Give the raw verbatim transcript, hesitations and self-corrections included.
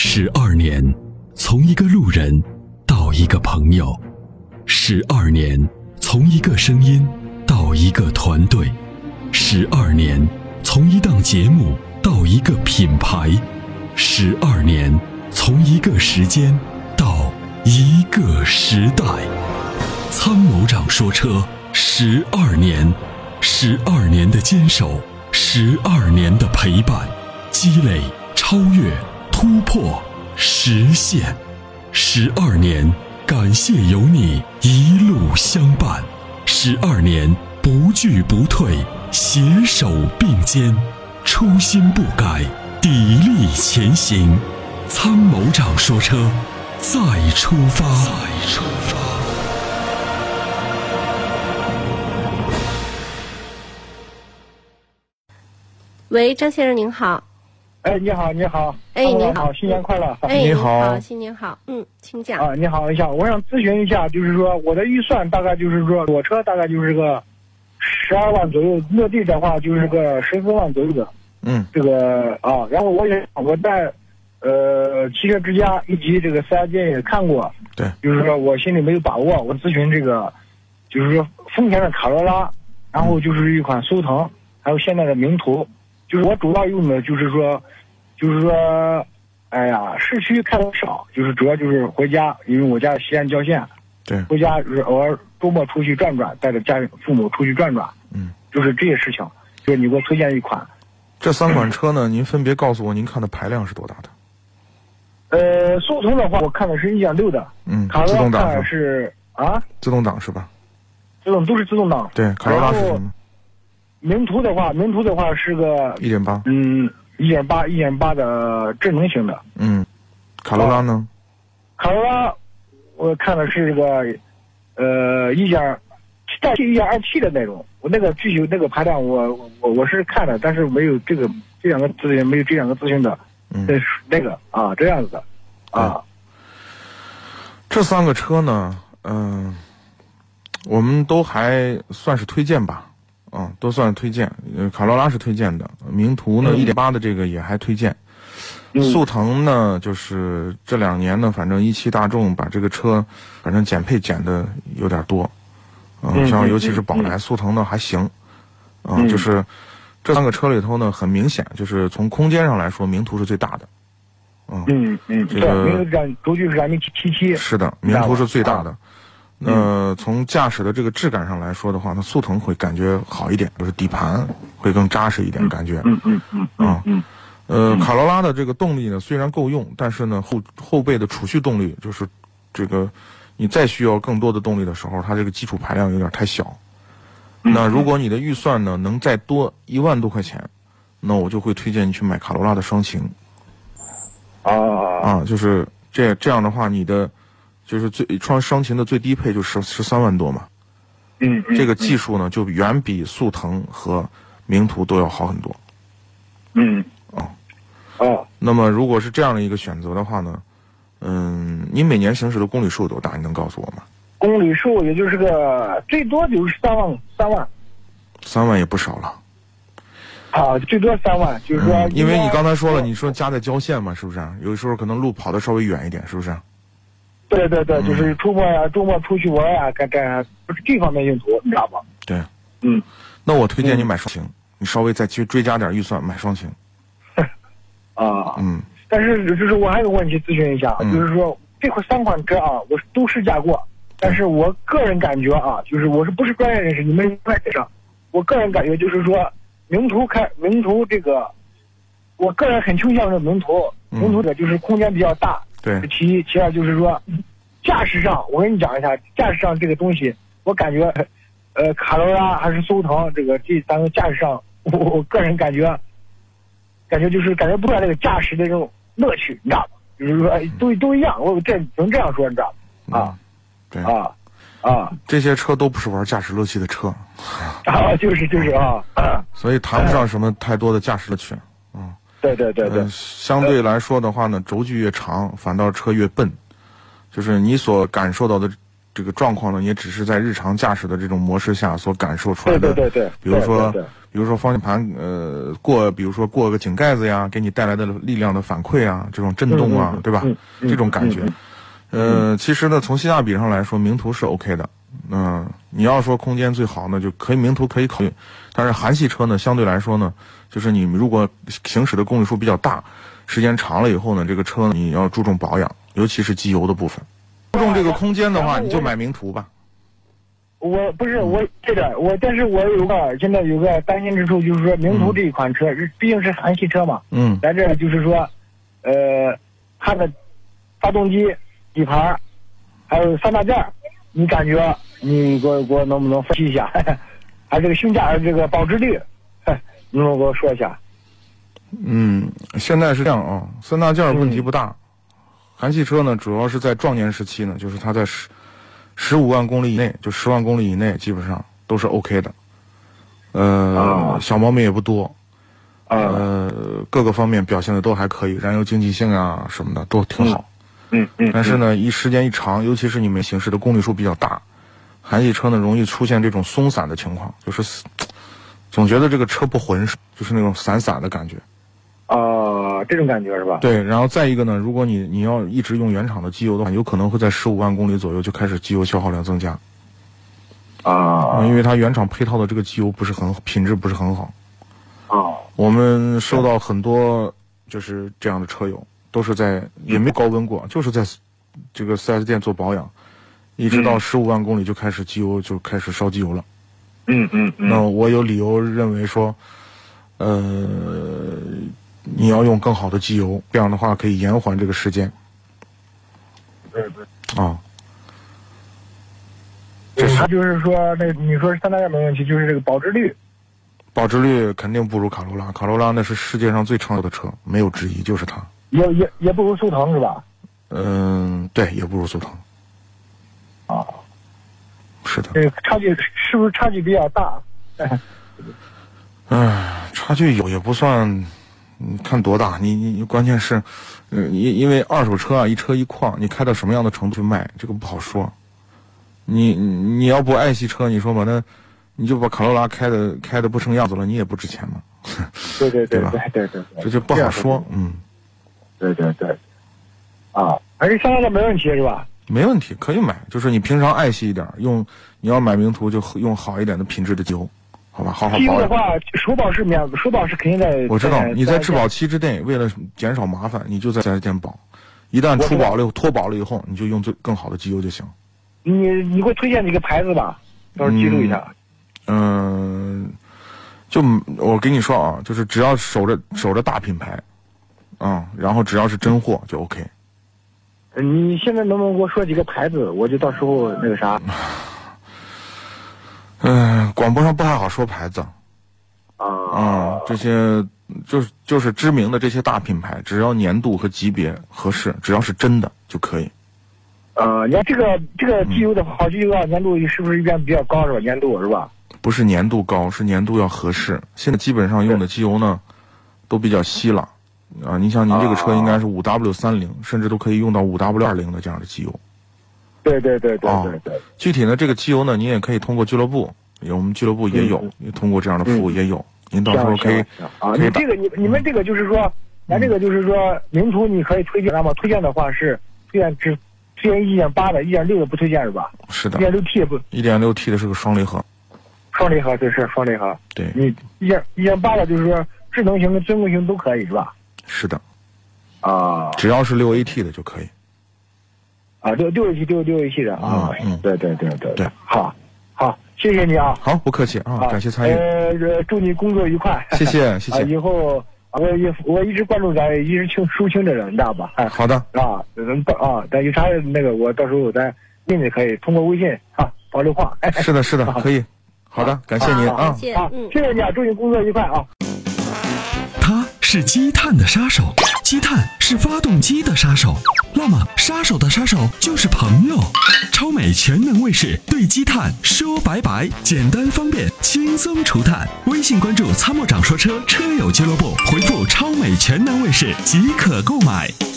十二年，从一个路人到一个朋友；十二年，从一个声音到一个团队；十二年，从一档节目到一个品牌；十二年，从一个时间到一个时代。参谋长说车，十二年，十二年的坚守，十二年的陪伴，积累、超越、突破、实现。十二年，感谢有你一路相伴。十二年，不惧不退，携手并肩，初心不改，砥砺前行。参谋长说车，再出发。再出发。 喂，张先生您好。 哎，你好，你好。 哎，你好， 新年快乐。 哎， 你好，新年好。嗯，请讲。 啊，你好，你好，我想咨询一下，就是说我的预算大概就是说，裸车大概就是个十二万左右，落地的话就是个十四万左右的。 嗯， 这个啊，然后我也我在呃汽车之家以及这个四 S 店也看过。 对。 就是说我心里没有把握，我咨询这个，就是说丰田的卡罗拉，然后就是一款速腾，还有现在的名图。就是我主要用的就是说，就是说，哎呀，市区开的少，就是主要就是回家，因为我家西安郊县， 对， 回家就是偶尔周末出去转转，带着家人父母出去转转， 嗯， 就是这些事情。就是你给我推荐一款。 这三款车呢，您分别告诉我，您看的排量是多大的？ 呃，速腾的话，我看的是一点六的， 嗯， 卡罗拉自动挡看是啊， 自动挡是吧？ 自动都是自动挡。 对，卡罗拉是什么？ 名图的话，名图的话是个一点八， 嗯，一点八，一点八的智能型的。 嗯，卡罗拉呢？ 卡罗拉，我看的是这个，呃，一点，带一点二 T 的那种。我那个具体那个排量我，我我我是看的，但是没有这个这两个咨询，没有这两个咨询的， 嗯， 那那个啊，这样子的，啊。 这三个车呢，嗯、呃，我们都还算是推荐吧。啊、嗯，都算是推荐。呃，卡罗拉是推荐的，名图呢，一点八的这个也还推荐。 嗯、 速腾呢，就是这两年呢，反正一汽大众把这个车，反正减配减的有点多。嗯， 嗯像尤其是宝来、嗯、速腾呢还行。嗯，嗯就是这三个车里头呢，很明显，就是从空间上来说，名图是最大的。 嗯嗯嗯， 这个轴距是两米七七。 是的，名图是最大的。 啊呃，从驾驶的这个质感上来说的话，那速腾会感觉好一点，就是底盘会更扎实一点，感觉。 嗯嗯嗯啊嗯。 呃，卡罗拉的这个动力呢，虽然够用，但是呢后后备的储蓄动力，就是这个你再需要更多的动力的时候，它这个基础排量有点太小。那如果你的预算呢能再多一万多块钱，那我就会推荐你去买卡罗拉的双擎。 啊啊，就是这这样的话，你的。就是最双双擎的最低配就十十三万多嘛， 嗯，嗯这个技术呢就远比速腾和名图都要好很多， 嗯， 哦， 哦， 那么如果是这样的一个选择的话呢，嗯，你每年行驶的公里数多大？你能告诉我吗？ 公里数也就是个最多就是三万，三万， 三万也不少了， 啊，最多三万，就是说、 嗯，因为你刚才说了，你说家在郊县嘛，是不是？有时候可能路跑得稍微远一点，是不是？ 对对对，就是周末呀，周末出去玩呀，干干不是这方面用途，你知道吧？ 对， 嗯， 那我推荐你买双擎，嗯、你稍微再去追加点预算买双擎。 啊， 嗯， 但是就是我还有个问题咨询一下， 嗯、 就是说这款三款车啊，我都试驾过，但是我个人感觉啊，就是我是不是专业人士，你们专业上，我个人感觉就是说，名图开名图这个，我个人很倾向于名图，名图的就是空间比较大。 对， 其一，其二就是说，驾驶上，我跟你讲一下，驾驶上这个东西，我感觉，呃，卡罗拉还是速腾，这个这三个驾驶上，我我个人感觉，感觉就是感觉不到这个驾驶的这种乐趣，你知道吗？就是说都都一样，我这能这样说，你知道吗？啊， 对啊啊， 这些车都不是玩驾驶乐趣的车， 啊，就是就是啊， 所以谈不上什么太多的驾驶乐趣。 对对对对、 呃，相对来说的话呢，轴距越长，反倒车越笨，就是你所感受到的这个状况呢，也只是在日常驾驶的这种模式下所感受出来的。 对对对对。 比如说， 对对对比如说方向盘呃过，比如说过个井盖子呀，给你带来的力量的反馈啊，这种震动啊， 嗯、 对吧？ 嗯、 这种感觉。 嗯呃，其实呢，从性价比上来说，名图是 OK 的。嗯、呃，你要说空间最好呢，就可以名图可以考虑。但是韩系车呢，相对来说呢，就是你如果行驶的公里数比较大，时间长了以后呢，这个车你要注重保养，尤其是机油的部分。注重这个空间的话，你就买名图吧。 我不是我对的，我但是我有个现在有个担心之处，就是说名图这一款车，嗯、毕竟是韩系车嘛， 嗯， 在这就是说，呃，它的发动机、底盘还有三大件，你感觉你给我给我能不能分析一下？还有这个性价这个保值率，你能给我说一下？ 嗯，现在是这样啊，三大件问题不大。嗯、韩系车呢，主要是在壮年时期呢，就是它在十十五万公里以内，就十万公里以内，基本上都是 OK 的。呃，啊、小毛病也不多。呃，各个方面表现的都还可以，燃油经济性啊什么的都挺好。 嗯嗯。 但是呢，一时间一长，尤其是你们行驶的公里数比较大，韩系车呢容易出现这种松散的情况，就是总觉得这个车不浑实，就是那种散散的感觉。 啊、呃，这种感觉是吧？ 对，然后再一个呢，如果你你要一直用原厂的机油的话，有可能会在十五万公里左右就开始机油消耗量增加。 啊、 呃，因为它原厂配套的这个机油不是很品质不是很好。 啊， 我们收到很多就是这样的车友，都是在也没高温过，就是在这个 四 S 店做保养，一直到十五万公里就开始机油就开始烧机油了。 嗯嗯嗯。 那我有理由认为说，呃。你要用更好的机油，这样的话可以延缓这个时间。 对对。 啊。 这是就是说，那你说三大件没问题，就是这个保值率。 保值率肯定不如卡罗拉，卡罗拉那是世界上最长寿的车，没有之一，就是它。 也也也不如速腾是吧？ 嗯，对，也不如速腾。 啊。 是的。 这个差距是不是差距比较大？ 唉，差距有也不算。你看多大？你你关键是，嗯，因因为二手车啊，一车一况，你开到什么样的程度去卖，这个不好说。你你要不爱惜车，你说吧，那你就把卡罗拉开的开的不成样子了，你也不值钱嘛。 对对对对吧？ 对对对， 这就不好说。嗯， 对对对，啊，而且三大件没问题是吧？ 没问题，可以买，就是你平常爱惜一点，用你要买名图就用好一点的品质的机油。好吧，好好保养。 机油的话，首保是免，首保是肯定在。 我知道你在质保期之内，为了减少麻烦，你就在四 S 店保。一旦出保了、脱保了以后，你就用最更好的机油就行。 你你给我推荐几个牌子吧，到时候记录一下。 嗯，呃、就我跟你说啊，就是只要守着守着大品牌，嗯，然后只要是真货就 OK。 你现在能不能给我说几个牌子，我就到时候那个啥。 嗯，广播上不太好说牌子， 啊， 嗯，这些就是就是知名的这些大品牌，只要年度和级别合适，只要是真的就可以。 呃，你看这个这个机油的好机油啊，年度是不是一般比较高是吧？年度是吧？ 不是年度高，是年度要合适。现在基本上用的机油呢，都比较稀了，啊，你想您这个车应该是五 W 三零，甚至都可以用到五 W 二零的这样的机油。 对对对对对对、哦。 具体呢，这个机油呢，您也可以通过俱乐部，我们俱乐部也有，嗯、通过这样的服务也有。嗯、您到时候可以啊，你这个你你们这个就是说，咱、嗯、这个就是说，名图你可以推荐，那么推荐的话是推荐只推荐一点八的，一点六的不推荐是吧？ 是的。 一点六 T 不？ 一点六 T 的是个双离合。 双离合就是双离合。 对。 你一点一点八的，就是说智能型跟尊贵型都可以是吧？ 是的。 啊。 只要是六 A T 的就可以。 啊，六六 A T 六六 A T 的啊，嗯，对对对对对，好，好，谢谢你啊， 好，不客气啊，感谢参与， 呃，祝你工作愉快， 谢谢谢谢， 以后我一我一直关注咱一直听抒情的人，你知道吧？哎， 好的啊，能啊，但有啥那个我到时候咱您也可以通过微信啊保留话， 是的是的，可以，好的，感谢您啊， 好，谢谢你啊，祝你工作愉快啊。 他是积碳的杀手，积碳是发动机的杀手，那么杀手的杀手就是朋友。超美全能卫士对积碳说拜拜，简单方便，轻松除碳。微信关注参谋长说车车友俱乐部，回复超美全能卫士即可购买。